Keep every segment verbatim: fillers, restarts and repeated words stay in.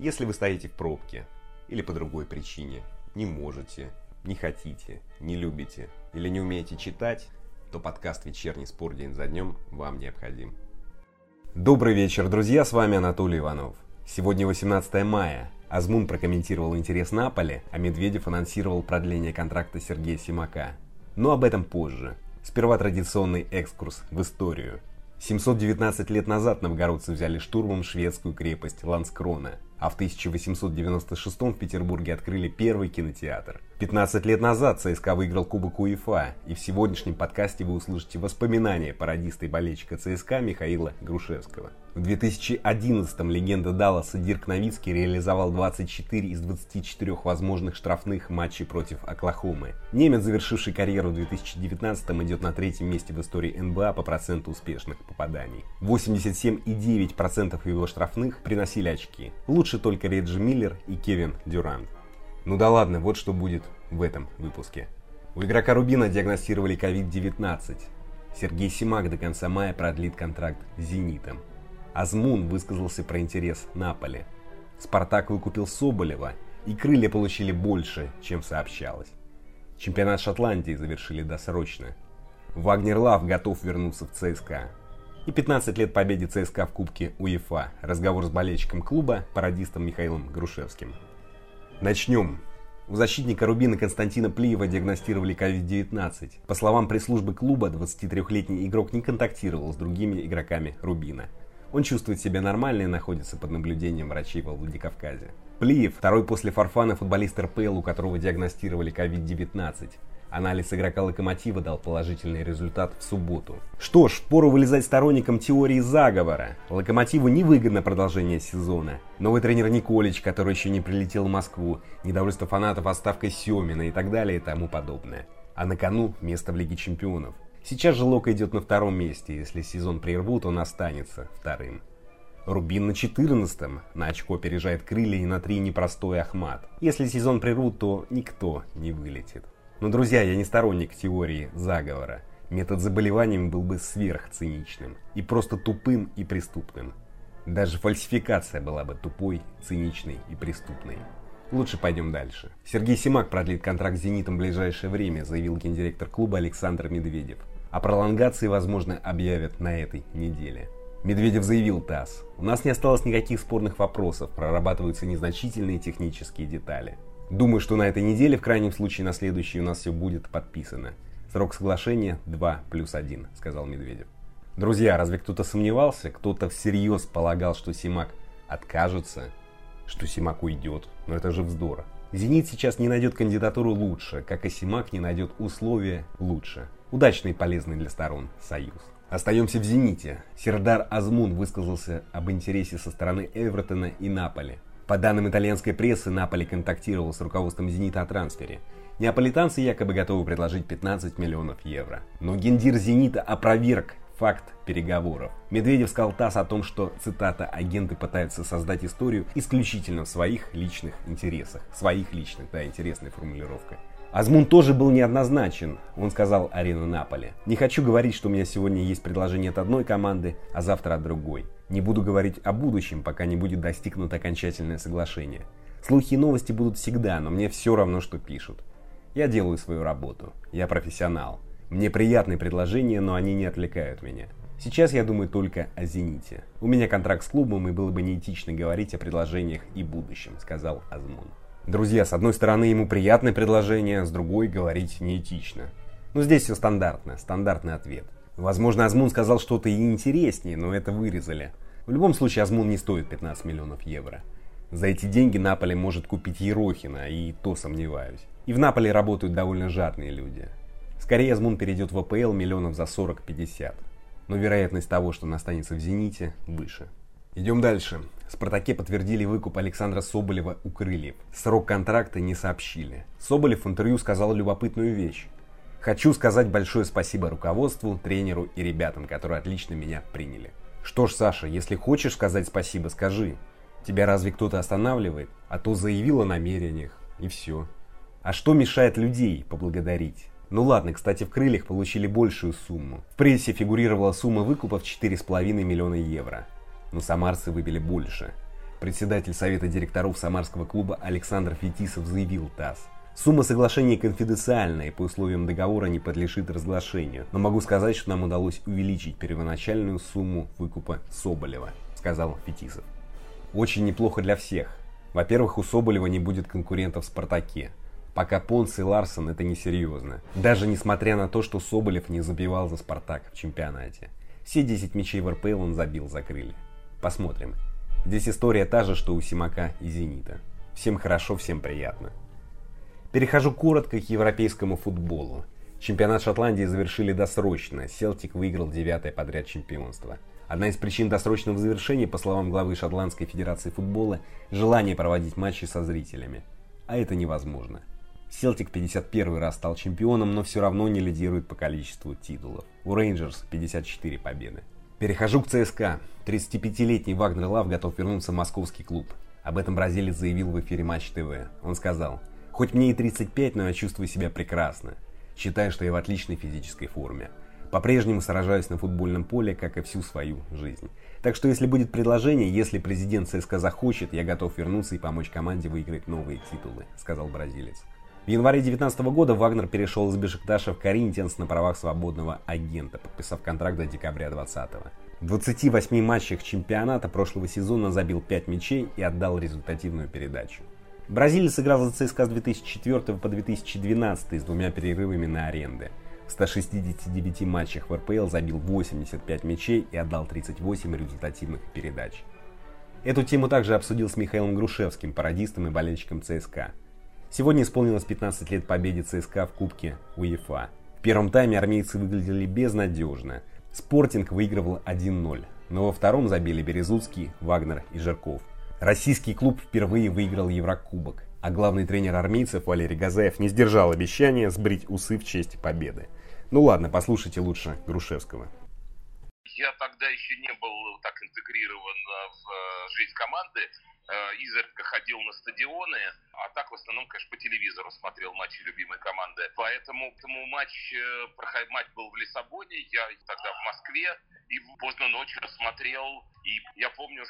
Если вы стоите в пробке или по другой причине не можете, не хотите, не любите или не умеете читать, то подкаст «Вечерний спор день за днем» вам необходим. Добрый вечер, друзья, с вами Анатолий Иванов. Сегодня восемнадцатое мая. Азмун прокомментировал интерес Наполи, а Медведев анонсировал продление контракта Сергея Симака. Но об этом позже. Сперва традиционный экскурс в историю. семьсот девятнадцать лет назад новгородцы взяли штурмом шведскую крепость Ланскрона, а в тысяча восемьсот девяносто шестом в Петербурге открыли первый кинотеатр. пятнадцать лет назад ЦСКА выиграл Кубок УЕФА, и в сегодняшнем подкасте вы услышите воспоминания пародиста и болельщика ЦСКА Михаила Грушевского. В две тысячи одиннадцатом легенда Далласа Дирк Новицкий реализовал двадцать четыре из двадцати четырёх возможных штрафных матчей против Оклахомы. Немец, завершивший карьеру в две тысячи девятнадцатом, идет на третьем месте в истории эн бэ а по проценту успешных попаданий. восемьдесят семь и девять десятых процента его штрафных приносили очки. Лучше только Реджи Миллер и Кевин Дюрант. Ну да ладно, вот что будет в этом выпуске. У игрока Рубина диагностировали ковид девятнадцать. Сергей Симак до конца мая продлит контракт с «Зенитом». Азмун высказался про интерес Наполи. «Спартак» выкупил Соболева, и крылья получили больше, чем сообщалось. Чемпионат Шотландии завершили досрочно. Вагнер Лав готов вернуться в ЦСКА. И пятнадцать лет победе ЦСКА в Кубке УЕФА. Разговор с болельщиком клуба, пародистом Михаилом Грушевским. Начнем. У защитника Рубина Константина Плиева диагностировали ковид девятнадцать. По словам пресс-службы клуба, двадцатитрёхлетний игрок не контактировал с другими игроками Рубина. Он чувствует себя нормально и находится под наблюдением врачей во Владикавказе. Плиев – второй после Фарфана футболист эр пэ эл, у которого диагностировали ковид девятнадцать. Анализ игрока «Локомотива» дал положительный результат в субботу. Что ж, впору вылезать сторонникам теории заговора. «Локомотиву» невыгодно продолжение сезона. Новый тренер Николич, который еще не прилетел в Москву, недовольство фанатов отставкой Семина и так далее и тому подобное. А на кону место в Лиге Чемпионов. Сейчас же Лока идет на втором месте, если сезон прервут, он останется вторым. Рубин на четырнадцатом, на очко опережает крылья и на три непростой Ахмат. Если сезон прервут, то никто не вылетит. Но, друзья, я не сторонник теории заговора. Метод заболеванием был бы сверхциничным. И просто тупым и преступным. Даже фальсификация была бы тупой, циничной и преступной. Лучше пойдем дальше. Сергей Симак продлит контракт с «Зенитом» в ближайшее время, заявил гендиректор клуба Александр Медведев. О пролонгации, возможно, объявят на этой неделе. Медведев заявил ТАСС: «У нас не осталось никаких спорных вопросов, прорабатываются незначительные технические детали. Думаю, что на этой неделе, в крайнем случае на следующей, у нас все будет подписано. Срок соглашения два плюс один», сказал Медведев. Друзья, разве кто-то сомневался? Кто-то всерьез полагал, что Симак откажется? Что Симак уйдет? Но это же вздор. «Зенит» сейчас не найдет кандидатуру лучше, как и Симак не найдет условия лучше. Удачный и полезный для сторон союз. Остаемся в «Зените». Сердар Азмун высказался об интересе со стороны Эвертона и Наполи. По данным итальянской прессы, Наполи контактировал с руководством «Зенита» о трансфере. Неаполитанцы якобы готовы предложить пятнадцать миллионов евро. Но гендир «Зенита» опроверг факт переговоров. Медведев сказал ТАСС о том, что, цитата, «агенты пытаются создать историю исключительно в своих личных интересах». Своих личных, да, интересная формулировка. Азмун тоже был неоднозначен. Он сказал «Арена Наполи». «Не хочу говорить, что у меня сегодня есть предложение от одной команды, а завтра от другой. Не буду говорить о будущем, пока не будет достигнуто окончательное соглашение. Слухи и новости будут всегда, но мне все равно, что пишут. Я делаю свою работу. Я профессионал. Мне приятные предложения, но они не отвлекают меня. Сейчас я думаю только о «Зените». У меня контракт с клубом, и было бы неэтично говорить о предложениях и будущем», сказал Азмун. Друзья, с одной стороны ему приятное предложение, с другой говорить неэтично. Но здесь все стандартно, стандартный ответ. Возможно, Азмун сказал что-то и интереснее, но это вырезали. В любом случае, Азмун не стоит пятнадцать миллионов евро. За эти деньги Наполи может купить Ерохина, и то сомневаюсь. И в Наполи работают довольно жадные люди. Скорее, Азмун перейдет в а пэ эл миллионов за сорок-пятьдесят. Но вероятность того, что он останется в «Зените», выше. Идем дальше. В «Спартаке» подтвердили выкуп Александра Соболева у крыльев. Срок контракта не сообщили. Соболев в интервью сказал любопытную вещь. «Хочу сказать большое спасибо руководству, тренеру и ребятам, которые отлично меня приняли». Что ж, Саша, если хочешь сказать спасибо, скажи. Тебя разве кто-то останавливает? А то заявил о намерениях, и все. А что мешает людей поблагодарить? Ну ладно, кстати, в «Крыльях» получили большую сумму. В прессе фигурировала сумма выкупа в четыре с половиной миллиона евро. Но самарцы выбили больше. Председатель совета директоров самарского клуба Александр Фетисов заявил ТАСС: «Сумма соглашения конфиденциальная и по условиям договора не подлежит разглашению, но могу сказать, что нам удалось увеличить первоначальную сумму выкупа Соболева», — сказал Фетисов. Очень неплохо для всех. Во-первых, у Соболева не будет конкурентов в «Спартаке». Пока Понс и Ларсон — это несерьезно. Даже несмотря на то, что Соболев не забивал за «Спартак» в чемпионате. Все десять мячей в эр пэ эл он забил за крылья. Посмотрим. Здесь история та же, что у Симака и Зенита. Всем хорошо, всем приятно. Перехожу коротко к европейскому футболу. Чемпионат Шотландии завершили досрочно. Селтик выиграл девятое подряд чемпионство. Одна из причин досрочного завершения, по словам главы Шотландской федерации футбола, желание проводить матчи со зрителями. А это невозможно. Селтик пятьдесят первый раз стал чемпионом, но все равно не лидирует по количеству титулов. У Рейнджерс пятьдесят четыре победы. Перехожу к ЦСКА. тридцатипятилетний Вагнер Лав готов вернуться в московский клуб. Об этом бразилец заявил в эфире Матч ТВ. Он сказал: «Хоть мне и тридцать пять, но я чувствую себя прекрасно. Считаю, что я в отличной физической форме. По-прежнему сражаюсь на футбольном поле, как и всю свою жизнь. Так что если будет предложение, если президент ЦСКА захочет, я готов вернуться и помочь команде выиграть новые титулы», — сказал бразилец. В январе две тысячи девятнадцатого года Вагнер перешел из Бешикташа в Коринтианс на правах свободного агента, подписав контракт до декабря двадцатого. В двадцати восьми матчах чемпионата прошлого сезона забил пять мячей и отдал результативную передачу. Бразилец играл за ЦСКА с две тысячи четвёртого по две тысячи двенадцатый с двумя перерывами на аренды. В ста шестидесяти девяти матчах в эр пэ эл забил восемьдесят пять мячей и отдал тридцать восемь результативных передач. Эту тему также обсудил с Михаилом Грушевским, пародистом и болельщиком ЦСКА. Сегодня исполнилось пятнадцать лет победе ЦСКА в Кубке УЕФА. В первом тайме армейцы выглядели безнадежно. Спортинг выигрывал один ноль, но во втором забили Березуцкий, Вагнер и Жирков. Российский клуб впервые выиграл Еврокубок, а главный тренер армейцев Валерий Газаев не сдержал обещания сбрить усы в честь победы. Ну ладно, послушайте лучше Грушевского. Я тогда еще не был так интегрирован в жизнь команды, изредка ходил на стадионы, а так в основном, конечно, по телевизору смотрел матчи любимой команды. Поэтому, поэтому матч, матч был в Лиссабоне, я тогда в Москве, и поздно ночью смотрел. И я помню,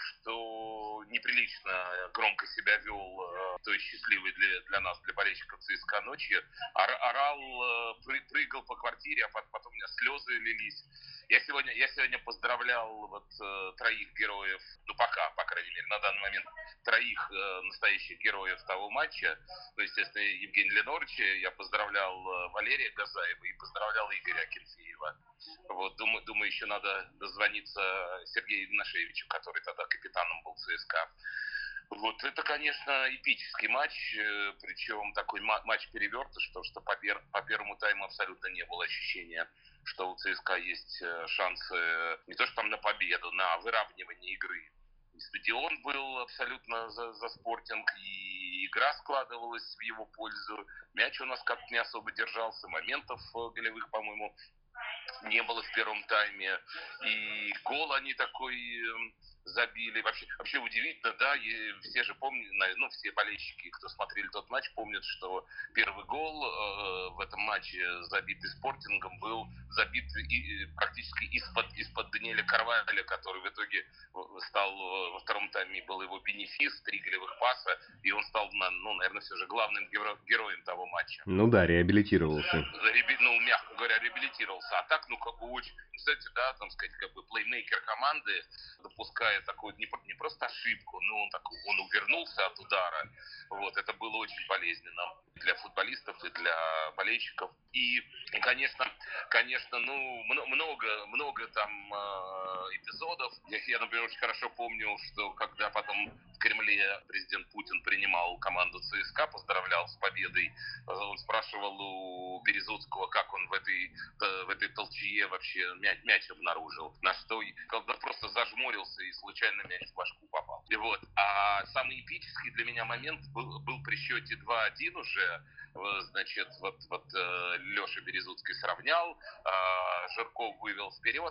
что неприлично громко себя вел в той счастливой для, для нас, для болельщиков ЦСКА ночи. Орал, прыгал по квартире, а потом у меня слезы лились. Я сегодня, я сегодня поздравлял вот, троих героев, ну пока, по крайней мере, на данный момент, троих э, настоящих героев того матча. Ну, естественно, Евгения Леноровича, я поздравлял Валерия Газаева и поздравлял Игоря Акинфеева. Вот, думаю, думаю, еще надо дозвониться Сергею Игнашевичу, который тогда капитаном был ЦСКА. Вот, это, конечно, эпический матч, причем такой матч-перевертыш, потому что по, пер, по первому тайму абсолютно не было ощущения, что у ЦСКА есть шансы не то что там на победу, на выравнивание игры. Стадион был абсолютно за, за Спортинг, и игра складывалась в его пользу. Мяч у нас как-то не особо держался, моментов голевых, по-моему, не было в первом тайме. И гол они такой забили. Вообще, вообще удивительно, да, и все же помнят, ну, все болельщики, кто смотрели тот матч, помнят, что первый гол э, в этом матче, забитый Спортингом, был забит и, практически из-под, из-под Даниэля Карваля, который в итоге стал во втором тайме, был его бенефис, три голевых паса, и он стал, ну, наверное, все же главным геро- героем того матча. Ну да, реабилитировался. Реби- ну, мягко говоря, реабилитировался. А так, ну, как бы очень, кстати, да, там сказать, как бы плеймейкер команды, допуская такую не, не просто ошибку, но он, так, он увернулся от удара. Вот, это было очень болезненно для футболистов и для болельщиков. И, и конечно, конечно, ну, много, много там э, эпизодов. Я, я, например, очень хорошо помню, что когда потом в Кремле президент Путин принимал команду ЦСКА, поздравлял с победой, он спрашивал у Березуцкого, как он в этой, в этой толчье вообще мяч, мяч обнаружил. На что он просто зажмурился и случайно мяч в башку попал. И вот. А самый эпический для меня момент был, был при счете два один уже. Значит, вот, вот Леша Березуцкий сравнял, Жирков вывел вперед.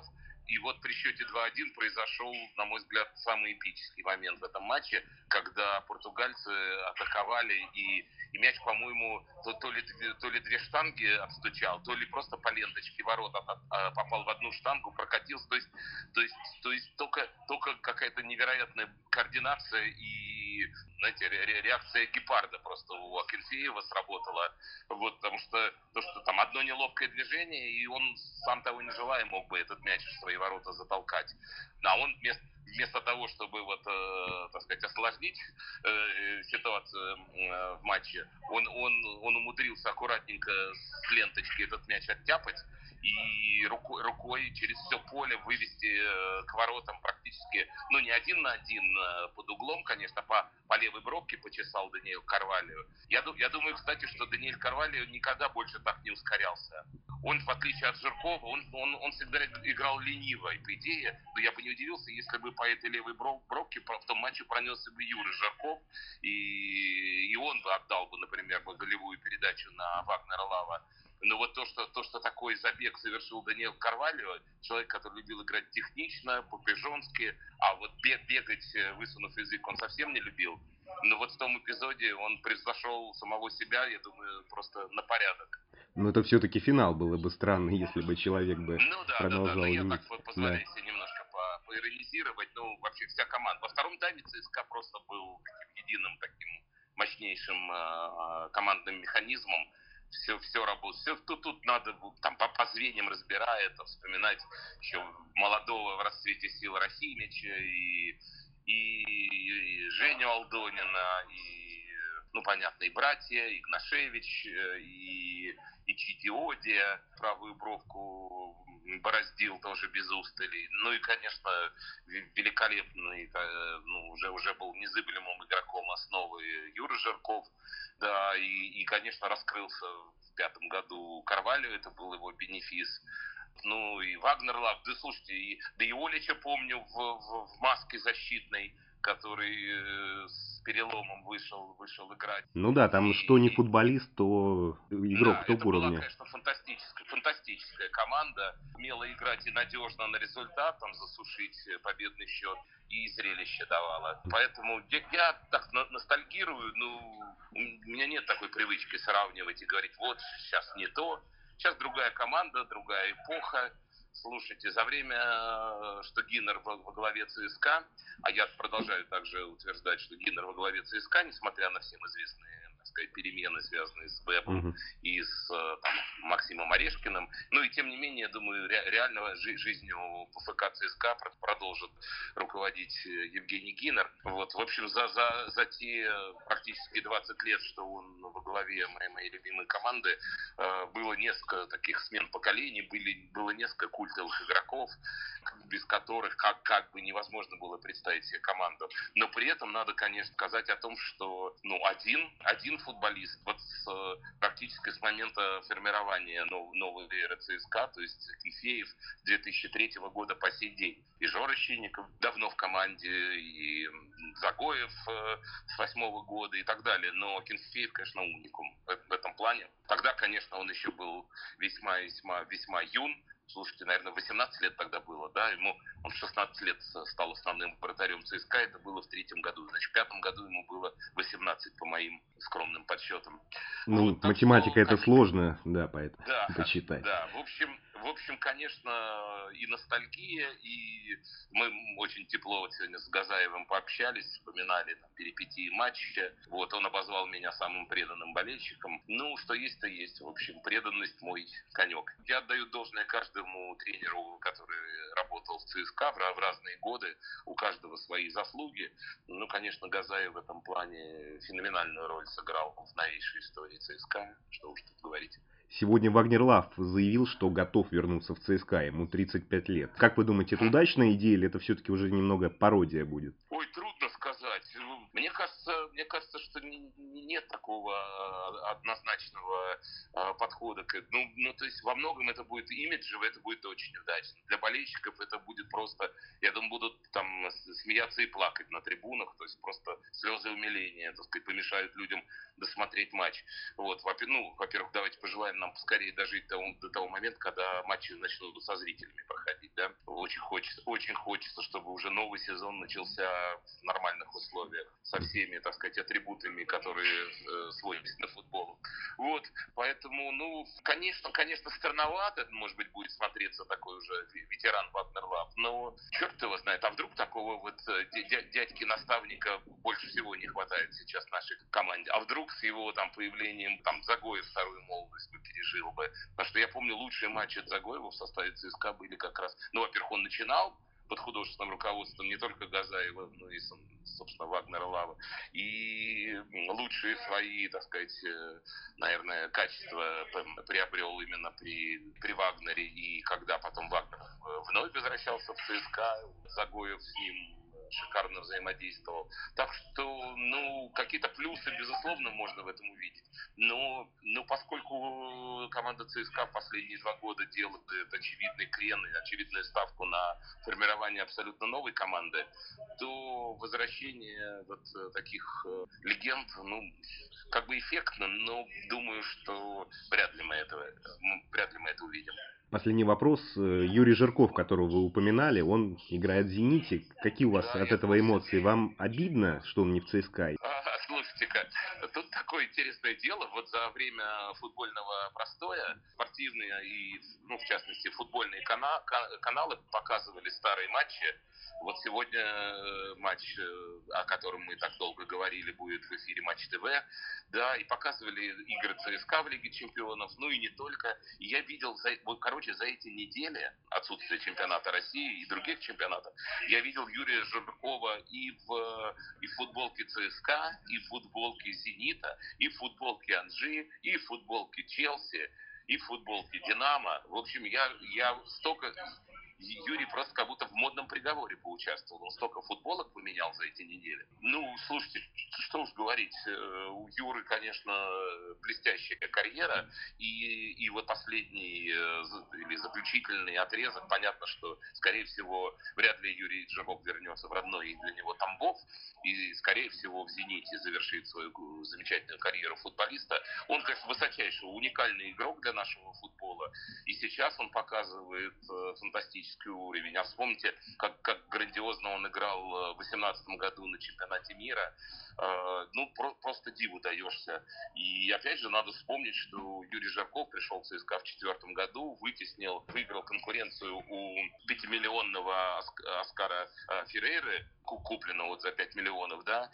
И вот при счете два один произошел, на мой взгляд, самый эпический момент в этом матче, когда португальцы атаковали, и, и мяч, по-моему, то, то, ли, то ли две штанги отстучал, то ли просто по ленточке ворот от, от, попал в одну штангу, прокатился. То есть, то есть, то есть только, только какая-то невероятная координация и, знаете, ре, реакция гепарда просто у Акинфеева сработала. Вот, потому что, то, что там одно неловкое движение, и он, сам того не желая, мог бы этот мяч в свои ворота затолкать. А он вместо, вместо того, чтобы вот, э, так сказать, осложнить э, ситуацию э, в матче, он, он, он умудрился аккуратненько с ленточки этот мяч оттяпать и рукой, рукой через все поле вывести э, к воротам практически, ну, не один на один э, под углом, конечно, по, по левой бровке почесал Даниэль Карвальо. Я, я думаю, кстати, что Даниэль Карвальо никогда больше так не ускорялся. Он, в отличие от Жиркова, он, он, он всегда играл лениво. И, по идее, ну, я бы не удивился, если бы по этой левой бровке в том матче пронесся бы Юра Жирков, и, и он бы отдал бы, например, бы голевую передачу на Вагнера Лава. Но вот то, что, то, что такой забег совершил Даниэль Карвальо, человек, который любил играть технично, по-пижонски, а вот бегать, высунув язык, он совсем не любил. Но вот в том эпизоде он превзошел самого себя, я думаю, просто на порядок. Но это все-таки финал, было бы странно, если бы человек бы ну, да, продолжал да, да. Ну, я ленить. так позволяю Да. себе немножко по поиронизировать. Ну, вообще вся команда. Во втором тайме ЦСКА просто был единым таким мощнейшим э, командным механизмом. Все, все работает. Все, тут, тут надо там по, по звеньям разбирать, вспоминать еще молодого в расцвете сил Рахимича и, и, и Женю Алдонина, и, ну, понятно, и братья, и Игнашевич, и, и Читиодия, правую бровку бороздил тоже без устали. Ну и, конечно, великолепный, ну, уже, уже был незыблемым игроком основы Юра Жирков. Да, и, и, конечно, раскрылся в пятом году Карвальо, это был его бенефис. Ну и Вагнер Лав, да слушайте, и, да и Олича помню в, в, в маске защитной, который э, с переломом вышел, вышел играть. Ну да, там и, что не футболист, то игрок да, топ это уровня. была, конечно, фантастическая, фантастическая команда. Умела играть и надежно на результат, там засушить победный счет, и зрелище давала. Поэтому я, я так ностальгирую, ну, у меня нет такой привычки сравнивать и говорить, вот сейчас не то. Сейчас другая команда, другая эпоха. Слушайте, за время, что Гиннер во, во главе ЦСКА, а я продолжаю также утверждать, что Гиннер во главе ЦСКА, несмотря на всем известные, так сказать, перемены, связанные с Вебом uh-huh. и с там, Максимом Орешкиным, ну и тем не менее, я думаю, ре, реально жи- жизнью ПФК ЦСКА продолжит руководить Евгений Гиннер. Вот, в общем, за, за, за те практически двадцать лет, что он во главе моей, моей любимой команды, было несколько таких смен поколений, были, было несколько культовых игроков, без которых как, как бы невозможно было представить себе команду. Но при этом надо, конечно, сказать о том, что ну, один, один футболист вот с, практически с момента формирования нов, новой эры ЦСКА, то есть Кефеев с две тысячи третьего года по сей день. И Жора Щенников давно в команде, и Загоев с восьмого года и так далее. Но Кефеев, конечно, уникум в этом плане. Тогда, конечно, он еще был весьма-весьма весьма юн. Слушайте, наверное, восемнадцать лет тогда было, да, ему он в шестнадцать лет стал основным вратарем ЦСКА, это было в третьем году, значит, в пятом году ему было восемнадцать, по моим скромным подсчетам. Ну, вот, математика что, это конечно, сложно, да, поэтому да, почитать. Да, в общем, в общем, конечно, и ностальгия, и мы очень тепло вот сегодня с Газаевым пообщались, вспоминали там, перипетии матча. Вот, он обозвал меня самым преданным болельщиком. Ну, что есть, то есть. В общем, преданность мой конек. Я отдаю должное каждому тренеру, который работал в ЦСКА в разные годы. У каждого свои заслуги. Ну, конечно, Газаев в этом плане феноменальную роль сыграл в новейшей истории ЦСКА. Что уж тут говорить. Сегодня Вагнер Лав заявил, что готов вернуться в ЦСКА, ему тридцать пять лет. Как вы думаете, это удачная идея или это все-таки уже немного пародия будет? Ой, трудно сказать. Мне кажется, мне кажется, что нет такого однозначного подхода. Ну, ну, то есть во многом это будет имиджево, это будет очень удачно. Для болельщиков это будет просто, я думаю, будут там смеяться и плакать на трибунах, то есть просто слезы умиления, так сказать, помешают людям досмотреть матч. Вот, ну, во-первых, давайте пожелаем нам поскорее дожить до, до того момента, когда матчи начнут со зрителями проходить, да. Очень очень хочется, очень хочется, чтобы уже новый сезон начался в нормальных условиях, со всеми, так сказать, атрибутами, которые э, свойственны футболу. Вот, поэтому, ну, конечно, конечно, странновато, может быть, будет смотреться такой уже ветеран Вагнер Лав, но черт его знает, а вдруг такого вот дядьки-наставника больше всего не хватает сейчас нашей команде, а вдруг с его там появлением, там, Загоев вторую молодость бы пережил бы, потому что я помню, лучшие матчи от Загоева в составе ЦСКА были как раз, ну, во-первых, он начинал под художественным руководством не только Газаева, но и, собственно, Вагнера Лава. И лучшие свои, так сказать, наверное, качества приобрел именно при, при Вагнере. И когда потом Вагнер вновь возвращался в ЦСКА, Загоев с ним шикарно взаимодействовал. Так что, ну, какие-то плюсы, безусловно, можно в этом увидеть. Но, но поскольку команда ЦСКА в последние два года делает очевидный крен и очевидную ставку на формирование абсолютно новой команды, то возвращение вот таких легенд, ну, как бы эффектно, но думаю, что вряд ли мы это, вряд ли мы это увидим. Последний вопрос. Юрий Жирков, которого вы упоминали, он играет в «Зените». Какие у вас да, от этого эмоции? Вам обидно, что он не в ЦСКА? А, слушайте-ка, тут такое интересное дело. Вот за время футбольного простоя спортивные и, ну, в частности, футбольные кана- каналы показывали старые матчи. Вот сегодня матч, о котором мы так долго говорили, будет в эфире Матч ТВ, да, и показывали игры ЦСКА в Лиге Чемпионов, ну и не только. И я видел, за, короче, за эти недели отсутствия чемпионата России и других чемпионатов, я видел Юрия Жиркова и в, и в футболке ЦСКА, и в футболке Зенита, и в футболке Анжи, и в футболке Челси, и в футболке Динамо. В общем, я, я столько... Юрий просто как будто в модном приговоре поучаствовал. Он столько футболок поменял за эти недели. Ну, слушайте, что уж говорить. У Юры, конечно, блестящая карьера. И, и вот последний или заключительный отрезок. Понятно, что, скорее всего, вряд ли Юрий Жирков вернется в родной для него Тамбов. И, скорее всего, в «Зените» завершит свою замечательную карьеру футболиста. Он, конечно, высочайший, уникальный игрок для нашего футбола. И сейчас он показывает фантастический уровень. А вспомните, как, как грандиозно он играл в две тысячи восемнадцатом году на чемпионате мира. Э, ну, про, просто диву даешься. И опять же, надо вспомнить, что Юрий Жирков пришел в ЦСКА в четвертом году, вытеснил, выиграл конкуренцию у пятимиллионного Оскара Феррейры, купленного вот за пять миллионов, да,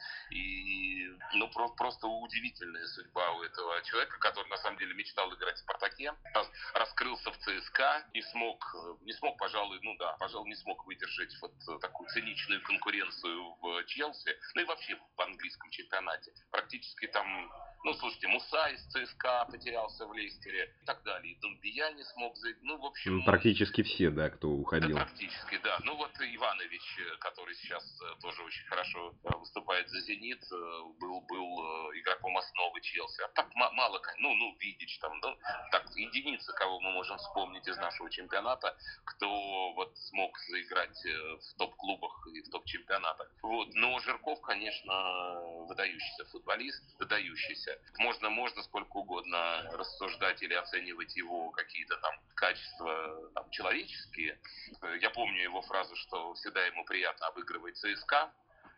и, ну, про, просто удивительная судьба у этого человека, который, на самом деле, мечтал играть в «Спартаке», раскрылся в ЦСКА, не смог, не смог, пожалуй, ну да, пожалуй, не смог выдержать вот такую циничную конкуренцию в Челси, ну и вообще в английском чемпионате. Практически там, ну, слушайте, Муса из ЦСКА потерялся в Лейстере и так далее, и Думбия не смог, ну, в общем... Ну, практически все, да, кто уходил. Да, практически, да. Ну, вот Иванович, который сейчас тоже очень хорошо выступает за «Зенит», был, был игроком основы Челси. А так мало, ну, ну, Видич там, ну, так, единицы, кого мы можем вспомнить из нашего чемпионата, кто вот смог заиграть в топ-клубах и в топ-чемпионатах. Вот. Но Жирков, конечно, выдающийся футболист, выдающийся. Можно, можно сколько угодно рассуждать или оценивать его какие-то там качества там, человеческие. Я помню его фразу, что всегда ему приятно обыгрывать ЦСКА,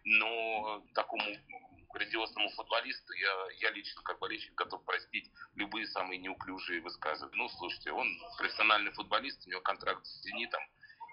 но такому грандиозному футболисту я, я лично как болельщик готов простить любые самые неуклюжие высказывания. Ну, слушайте, он профессиональный футболист, у него контракт с «Зенитом».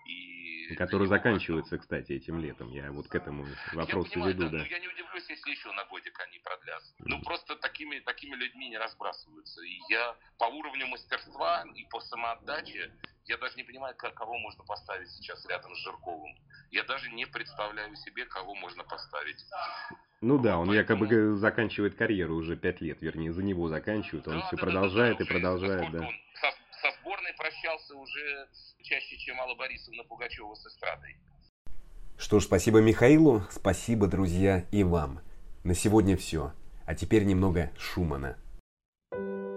И который заканчивается, важно, кстати, этим летом. Я вот к этому вопросу я понимаю, веду, да. да. Но я не удивлюсь, если еще на годик они продлятся. Mm. Ну, просто такими, такими людьми не разбрасываются. И я по уровню мастерства и по самоотдаче, я даже не понимаю, кого можно поставить сейчас рядом с Жирковым. Я даже не представляю себе, кого можно поставить. Ну да, он Поэтому... якобы заканчивает карьеру уже пять лет, вернее, за него заканчивает, он да, все да, продолжает да, да, и продолжает, да. Он со, со сборной прощался уже чаще, чем Алла Борисовна Пугачева с эстрадой. Что ж, спасибо Михаилу, спасибо, друзья, и вам. На сегодня все. А теперь немного Шумана.